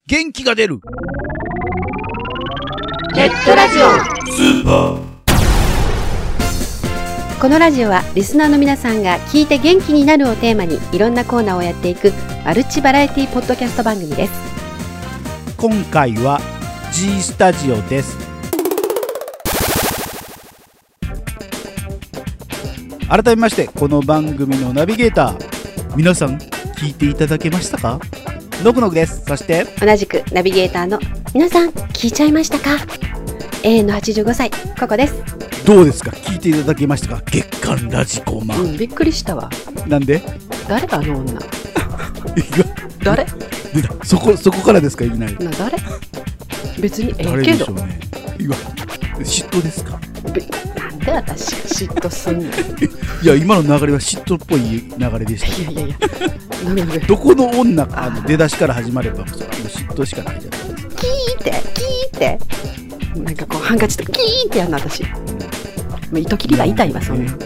元気が出るネットラジオスーパー。 このラジオはリスナーの皆さんが聞いて元気になるをテーマにいろんなコーナーをやっていくマルチバラエティポッドキャスト番組です。 今回は G スタジオです。改めましてこの番組のナビゲーター、皆さん聞いていただけましたか？のくのくです。そして同じくナビゲーターの皆さん聞いちゃいましたか？永遠の85歳ココです。 どうですか？聞いていただけましたか？月刊ラジコマ、 びっくりしたわ。 なんで？ 誰あの女誰？ そこからですか？いきなり誰？別にけど誰でしょうね。嫉妬ですか？ なんで私嫉妬すんの？ いや、今の流れは嫉妬っぽい流れでした。 いやどこの女か出だしから始まればもう嫉妬しかないじゃないですか。 キーってなんかこうハンカチとかキーってやるの私、もう糸切りが痛いわそんな、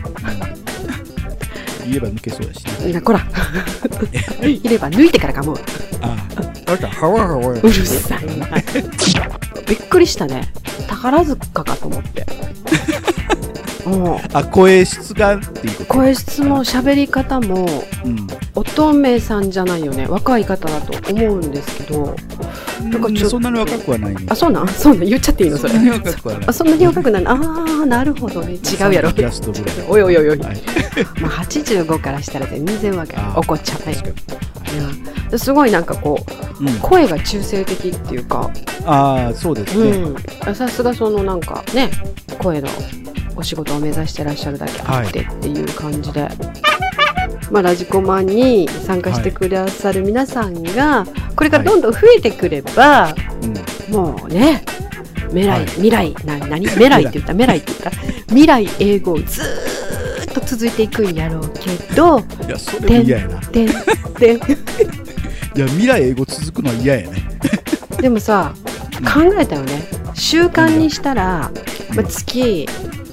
言えば抜けそうやしね。 いやこらいれば抜いてからかもう。うるさいなびっくりしたね。宝塚かと思って声質がっていうこと。 声質も喋り方も、乙女さんじゃないよね。若い方だと思うんですけど、なんかそんなに若くはないね。 そうなん言っちゃっていいのそれ。そんなに若くはない。そんなに若くない。なるほどね。違うやろ。おい、はい、85からしたら全然若い。怒っちゃったよ。すごいなんかこう、声が中性的っていうか。 そうですね。 さすがそのなんかね、声のお仕事を目指してらっしゃるだけあってっていう感じで、ラジコマに参加してくださる皆さんがこれからどんどん増えてくれば、もうね、未来って言った未来英語ずーっと続いていくんやろうけど、いやそれも嫌やな。いや未来英語続くのは嫌やね。 でもさ、考えたよね。習慣にしたら、月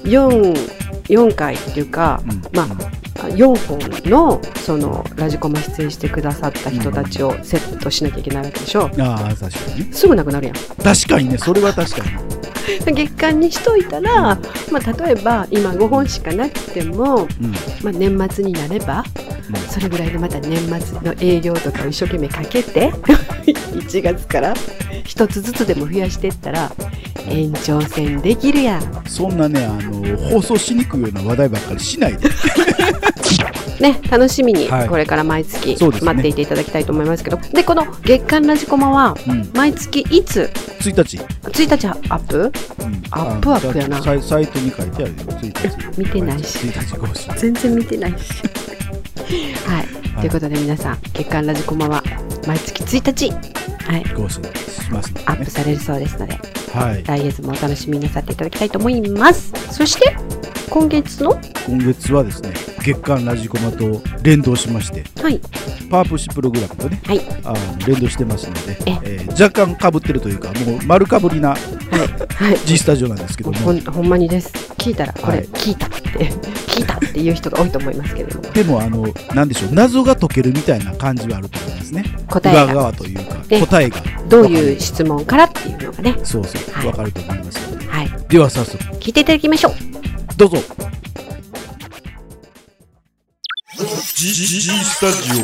4回っていうか、4本のそのラジコマ出演してくださった人たちをセットしなきゃいけないわけでしょ。確かにすぐなくなるやん。確かにね、それは確かに。 月間にしといたら、例えば今5本しかなくても、年末になれば、それぐらいでまた年末の営業とかを一生懸命かけて1月から一つずつでも増やしていったら延長戦できるやん。 そんなね、放送しにくいような話題ばっかりしないでね、楽しみにこれから毎月待っていていただきたいと思いますけど、でこの月刊ラジコマは毎月いつ 1日アップ、アップやな。 サイトに書いてあるよ。1日見てないし、 1日更新全然見てないしはい、ということで皆さん、月刊ラジコマは毎月1日、 更新しますので、 アップされるそうですので、 来月もお楽しみになさっていただきたいと思います。そして今月はですね、月刊ラジコマと連動しまして、パープッシュプログラムとね、連動してますので、若干被ってるというか、もう丸かぶりな、G スタジオなんですけども、 ほんまにです。聞いたらこれ、聞いたっていう人が多いと思いますけれども、 でもなんでしょう、謎が解けるみたいな感じはあると思いますね。裏側というか、答えがどういう質問からっていうのがね、 分かると思いますので、では早速聞いていただきましょう。 どうぞ。G スタジ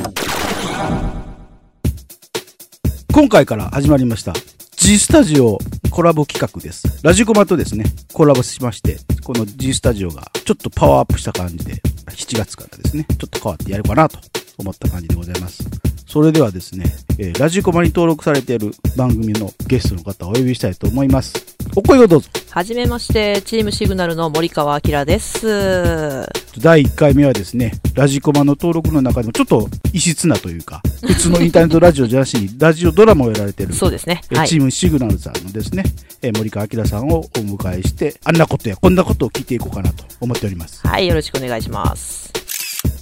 オ、今回から始まりました G スタジオコラボ企画です。ラジコマとですねコラボしまして、この G スタジオがちょっとパワーアップした感じで、7月からですねちょっと変わってやるかなと思った感じでございます。それではですね、ラジコマに登録されている番組のゲストの方をお呼びしたいと思います。お声をどうぞ。 はじめまして、チームシグナルの森川明です。 第1回目はですね、ラジコマの登録の中でもちょっと異質なというか、普通のインターネットラジオじゃなしにラジオドラマをやられているそうですね、 チームシグナルさんのですね、森川明さんをお迎えして、あんなことやこんなことを聞いていこうかなと思っております。 はい、よろしくお願いします。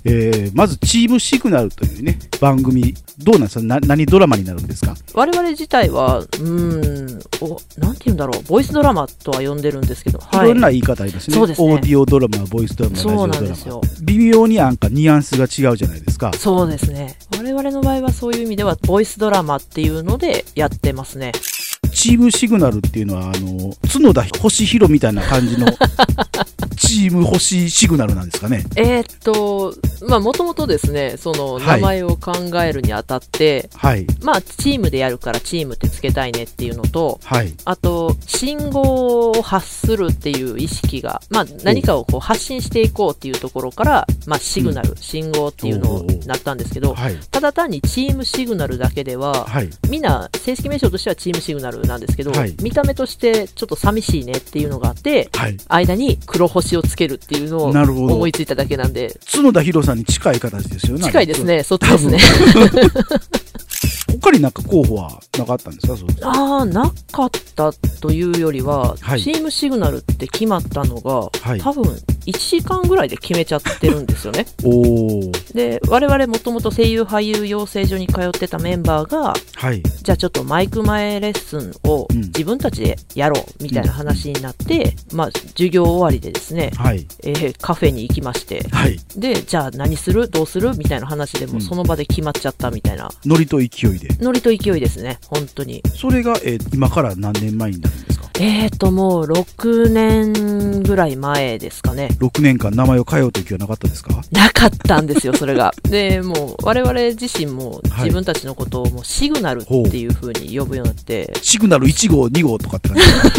まずチームシグナルというね番組どうなんですか。何ドラマになるんですか。 我々自体はなんて言うんだろう、ボイスドラマとは呼んでるんですけど、 いろんな言い方ありますね。 そうですね。 オーディオドラマ、ボイスドラマ、ラジオドラマ。 そうなんですよ。 微妙になんかニュアンスが違うじゃないですか。 そうですね。我々の場合はそういう意味ではボイスドラマっていうのでやってますね。 チームシグナルっていうのは角田星弘みたいな感じのチーム星シグナルなんですかね。 もともとですね、その名前を考えるにあたって、 はい、 まあチームでやるからチームってつけたいねっていうのと、 はい、あと信号を発するっていう意識が、まあ何かをこう発信していこうっていうところから、まあシグナル、信号っていうのになったんですけど、ただ単にチームシグナルだけでは、みんな正式名称としてはチームシグナルなんですけど、見た目としてちょっと寂しいねっていうのがあって、間に黒星をつけるっていうのを思いついただけなんで。 角田博さんに近い形ですよね。 近いですね。そっちですね。 他になんか候補はなかったんですか。 なかったというよりは、チームシグナルって決まったのが、多分1時間ぐらいで決めちゃってるんですよね。で、我々もともと声優俳優養成所に通ってたメンバーが、じゃあちょっとマイク前レッスンを自分たちでやろうみたいな話になって、まあ授業終わりでですね、カフェに行きまして、で、じゃあ何するどうするみたいな話でもその場で決まっちゃったみたいな。 ノリと勢いで。 ノリと勢いですね、本当に。 それが、今から何年前になるんですか。 もう6年ぐらい前ですかね。 6年間名前を変えようという気はなかったですか。 なかったんですよ、それが。で、もう我々自身も自分たちのことをもうシグナルっていう風に呼ぶようになって。 シグナル1号、2号とかって感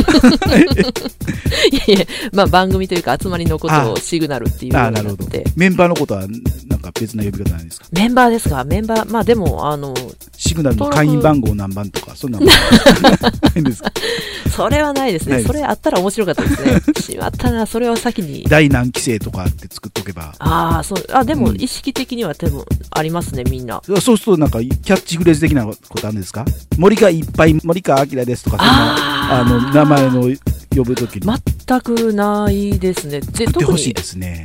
じ。いやいや、まあ番組というか集まりのことをシグナルっていうようになって。 メンバーのことはなんか別な呼び方なんですか。 メンバーですか。メンバー、まあでもシグナルの会員番号何番とかそんなのないんですか。 それはないですね。それあったら面白かったですね。しまったな、それは先に。 第何期生とかって作っとけば。 でも意識的には多分ありますね、みんな。 そうするとなんかキャッチフレーズ的なことあるんですか。森川いっぱい、森川明ですとか、そんな名前の呼ぶときに。 全くないですね。 作ってほしいですね。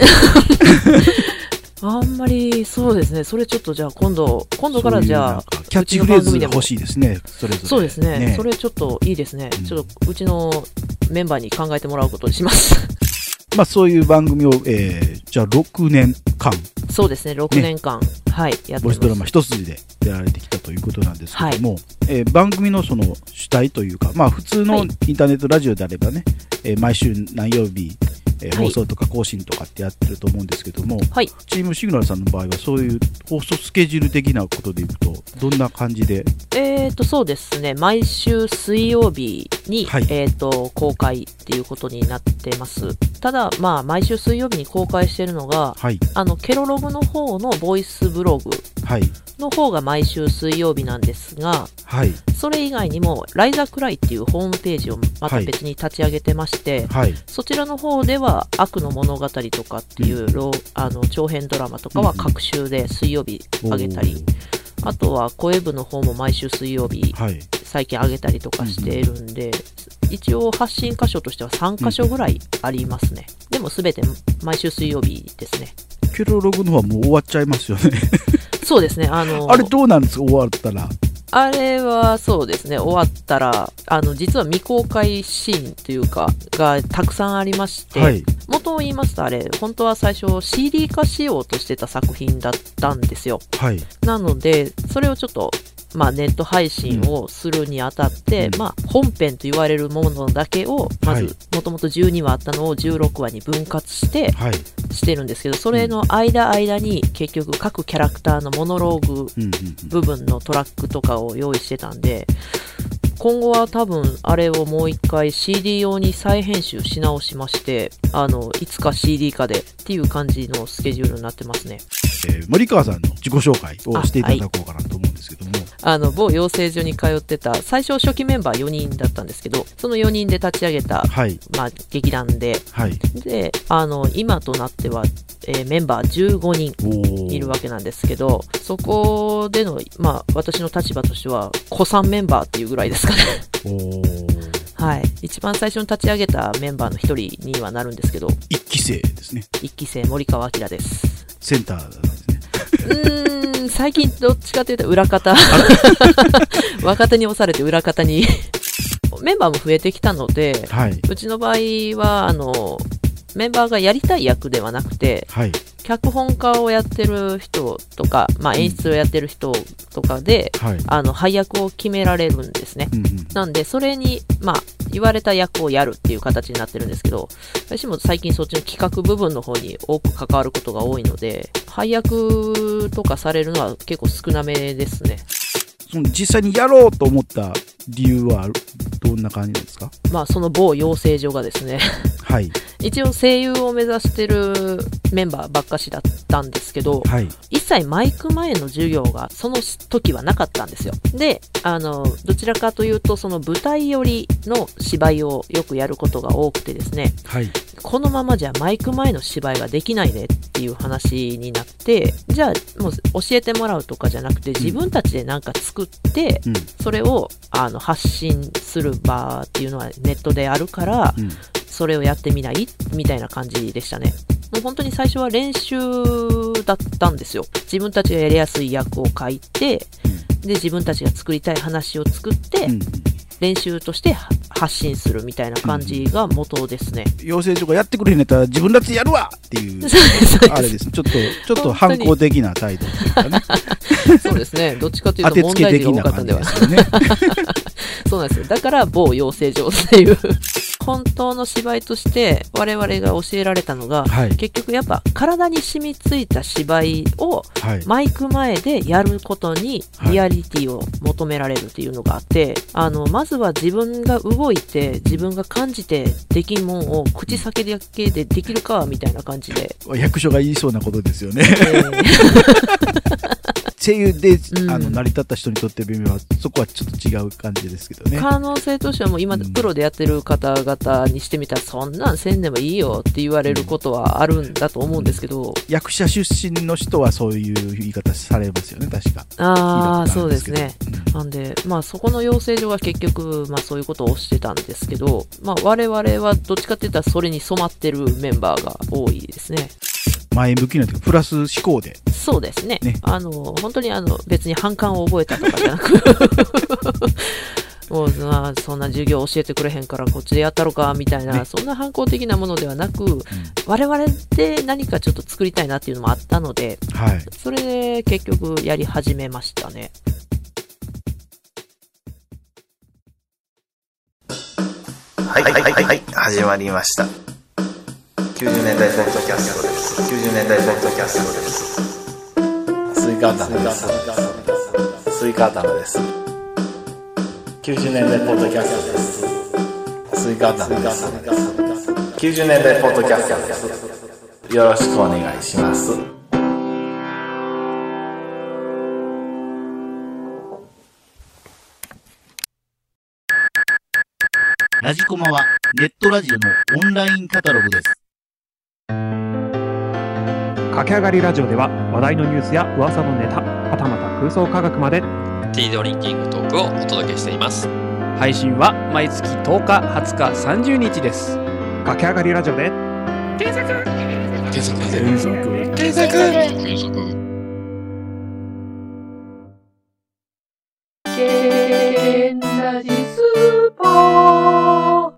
あんまりそうですね。それちょっとじゃあ今度からじゃあキャッチフレーズが欲しいですね。それぞれ。 そうですね。それちょっといいですね。ちょっとうちのメンバーに考えてもらうことにします。 まあそういう番組を、じゃあ6年間。 そうですね、6年間、やってます。 ボイスドラマ一筋でやられてきたということなんですけども、番組のその主体というか、まあ普通のインターネットラジオであればね、毎週何曜日、放送とか更新とかってやってると思うんですけども、チームシグナルさんの場合はそういう放送スケジュール的なことでいうとどんな感じで。 そうですね、毎週水曜日に、公開っていうことになってます。ただまあ毎週水曜日に公開してるのが、ケロログの方のボイスブログの方が毎週水曜日なんですが、それ以外にもライザクライっていうホームページをまた別に立ち上げてまして、そちらの方では悪の物語とかっていう、長編ドラマとかは各週で水曜日上げたり、あとは声部の方も毎週水曜日、最近上げたりとかしているんで、一応発信箇所としては3箇所ぐらいありますね。でも全て毎週水曜日ですね。 ケロログの方はもう終わっちゃいますよね。 そうですね。 あれどうなんですか、終わったら。 あれはそうですね、終わったら実は未公開シーンというかがたくさんありまして、元を言いますとあれ本当は最初 CD 化しようとしてた作品だったんですよ。なのでそれをちょっとネット配信をするにあたって、本編と言われるものだけをまずもともと12話あったのを16話に分割してしてるんですけど、それの間に結局各キャラクターのモノローグ部分のトラックとかを用意してたんで、今後は多分あれをもう一回 CD 用に再編集し直しまして、いつか CD 化でっていう感じのスケジュールになってますね。 森川さんの自己紹介をしていただこうかなと思うんですけども、 某養成所に通ってた最初初期メンバー4人だったんですけど、その4人で立ち上げた、劇団で、で今となっては、メンバー15人いるわけなんですけど、そこでの、私の立場としては古参メンバーっていうぐらいですかね。一番最初に立ち上げたメンバーの一人にはなるんですけど、 1期生ですね。 1期生森川明です。 センター最近どっちかというと裏方若手に押されて裏方にメンバーも増えてきたので、はい、うちの場合はメンバーがやりたい役ではなくて、はい、脚本家をやってる人とか、演出をやってる人とかで、配役を決められるんですね。なんでそれに言われた役をやるっていう形になってるんですけど、私も最近そっちの企画部分の方に多く関わることが多いので、配役とかされるのは結構少なめですね。 実際にやろうと思った理由はどんな感じなんですか？ その某養成所がですね、はい、一応声優を目指してるメンバーばっかしだったんですけど、はい、一切マイク前の授業がその時はなかったんですよ。で、どちらかというとその舞台寄りの芝居をよくやることが多くてですね、はい、このままじゃマイク前の芝居ができないねっていう話になって、じゃあもう教えてもらうとかじゃなくて自分たちでなんか作って、それを発信する場っていうのはネットであるから、それをやってみないみたいな感じでしたね。もう本当に最初は練習だったんですよ。自分たちがやりやすい役を書いて、で自分たちが作りたい話を作って、練習として発信するみたいな感じが元ですね。 養成所がやってくれへんねったら自分たちでやるわっていうあれですね。ちょっと反抗的な態度っていうかね。 そうですね。どっちかというと問題児が多かったんでは。そうなんですよ。だから某養成所っていう本当の芝居として我々が教えられたのが、はい、結局やっぱ体に染みついた芝居をマイク前でやることにリアリティを求められるっていうのがあって、まずは自分が動いて自分が感じてできんもんを口先だけでできるかみたいな感じで、 役所が言いそうなことですよね。声優で、成り立った人にとって微妙はそこはちょっと違う感じですけどね。 可能性としてはもう今プロでやってる方々にしてみたら、そんなんせんでもいいよって言われることはあるんだと思うんですけど、 役者出身の人はそういう言い方されますよね、確か。 そうですね。なんでそこの養成所が結局そういうことをしてたんですけど、我々はどっちかって言ったらそれに染まってるメンバーが多いですね。 前向きなというかプラス思考で。 そうですね。本当に別に反感を覚えたとかじゃなくもうそんな授業教えてくれへんからこっちでやったろかみたいな、そんな反抗的なものではなく、我々で何かちょっと作りたいなっていうのもあったので、それで結局やり始めましたね。 はい、始まりました。90年代ポッドキャストです。90年代ポッドキャストです。スイカ頭です。スイカ頭です。90年代ポッドキャストです。スイカ頭です。90年代ポッドキャストです。よろしくお願いします。 ラジコマはネットラジオのオンラインカタログです。 駆け上がりラジオでは話題のニュースや噂のネタ、はたまた空想科学までティードリンキングトークをお届けしています。 配信は毎月10日、20日、30日です。 駆け上がりラジオで検索ケンラジスーパー。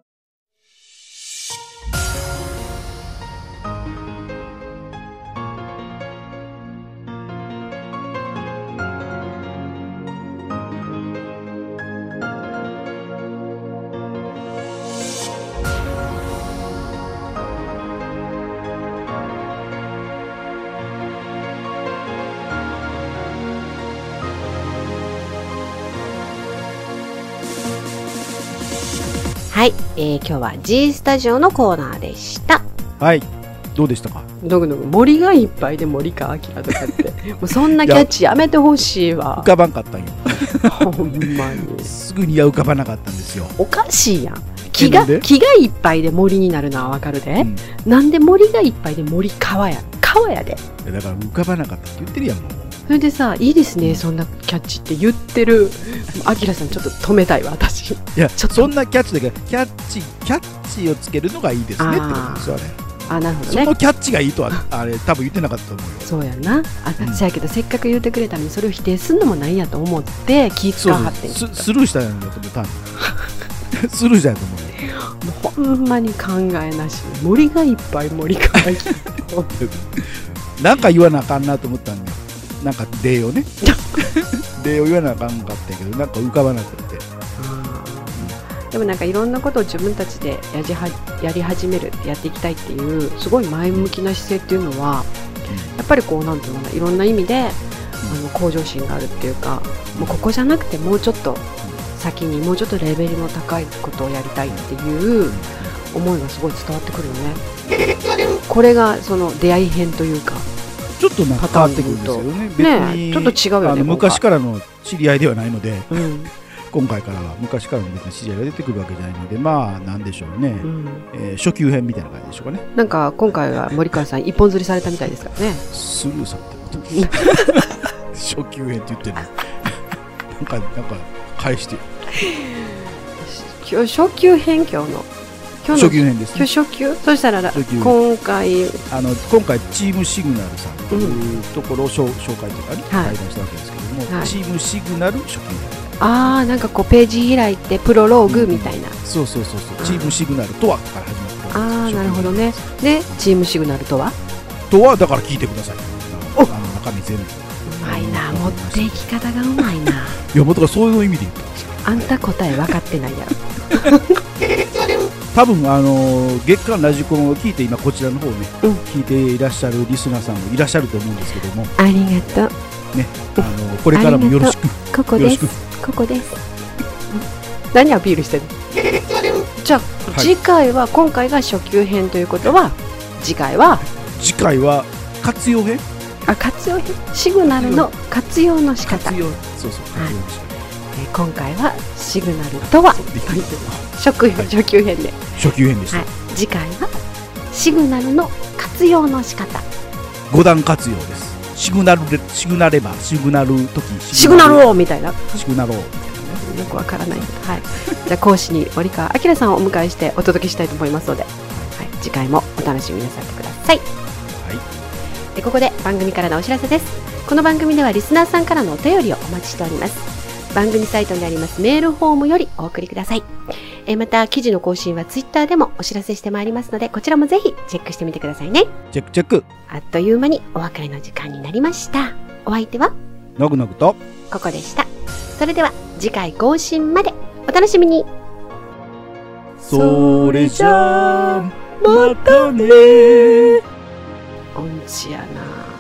はい、今日は G スタジオのコーナーでした。 はい、どうでしたか？ 森がいっぱいで森川明とかってもうそんなキャッチやめてほしいわ。 浮かばんかったんよ。 ほんまにすぐには浮かばなかったんですよ。 おかしいやん。木がいっぱいで森になるのはわかるで、なんで森がいっぱいで森川やで。 だから浮かばなかったって言ってるやんもう。 それでさ、いいですね、そんなキャッチって言ってるアキラさんちょっと止めたいわ私。いや、そんなキャッチだけどキャッチをつけるのがいいですねってことですよね。 あ、なるほどそね。 のキャッチがいいとはあれ多分言ってなかったと思うよ。 そうやな。そやけどせっかく言ってくれたのにそれを否定すんのもなんやと思って気使わはってんそうスルーしたんやと思う単にスルーしたんやと思うよ。 もうほんまに考えなし、森がいっぱい森がいっぱいなんか言わなあかんなと思ったんだよ。なんか礼をね礼を言わなあかんかったけどなんか浮かばなくて、 でもなんかいろんなことを自分たちでやり始める、やっていきたいっていうすごい前向きな姿勢っていうのは、やっぱりこうなんていうのかな、いろんな意味で向上心があるっていうか、もうここじゃなくてもうちょっと先にもうちょっとレベルの高いことをやりたいっていう思いがすごい伝わってくるよね。これがその出会い編というか、 ちょっとなんか変わってくるんですよね。別にちょっと違うよね。 昔からの知り合いではないので、 うん今回からは昔からの別に知り合いが出てくるわけじゃないので、まあなんでしょうね、初級編みたいな感じでしょうかね。 なんか今回は森川さん一本釣りされたみたいですからね。 スルーされて初級編って言ってるのなんか返してよ。 今日初級編、今日の初級編ですね。 今日初級。そしたら今回チームシグナルさんというところを紹介というかね、対談したわけですけども、チームシグナル初級編。 なんかこうページ開いてプロローグみたいな。 そうチームシグナルとはから始まる。 なるほどね。でチームシグナルとはだから聞いてください。中身全部。 うまいな、持っていき方がうまいな。 いやもうだからそういう意味で言うと、 あんた答え分かってないやろ。 多分月刊ラジコンを聞いて今こちらの方ね、聞いていらっしゃるリスナーさんもいらっしゃると思うんですけども、 ありがとうね、これからもよろしく。 ここですここです。何アピールしてるの？じゃあ、次回は今回が初級編ということは、次回は活用編？ 活用編。シグナルの活用の仕方。 活用の仕方。 今回はシグナルとは初級編で。 初級編でした。 次回はシグナルの活用の仕方。 5段活用です。シグナル時シグナル王みたいな。 シグナル王。 よくわからないけど、じゃあ講師に森川明さんをお迎えしてお届けしたいと思いますので、次回もお楽しみなさってください。でここで番組からのお知らせです。この番組ではリスナーさんからのお便りをお待ちしております。番組サイトにありますメールフォームよりお送りください。また記事の更新はツイッターでもお知らせしてまいりますので、こちらもぜひチェックしてみてくださいね。 チェック。 あっという間にお別れの時間になりました。お相手はのぐのぐとここでした。それでは次回更新までお楽しみに。 それじゃあまたね。 音痴やな。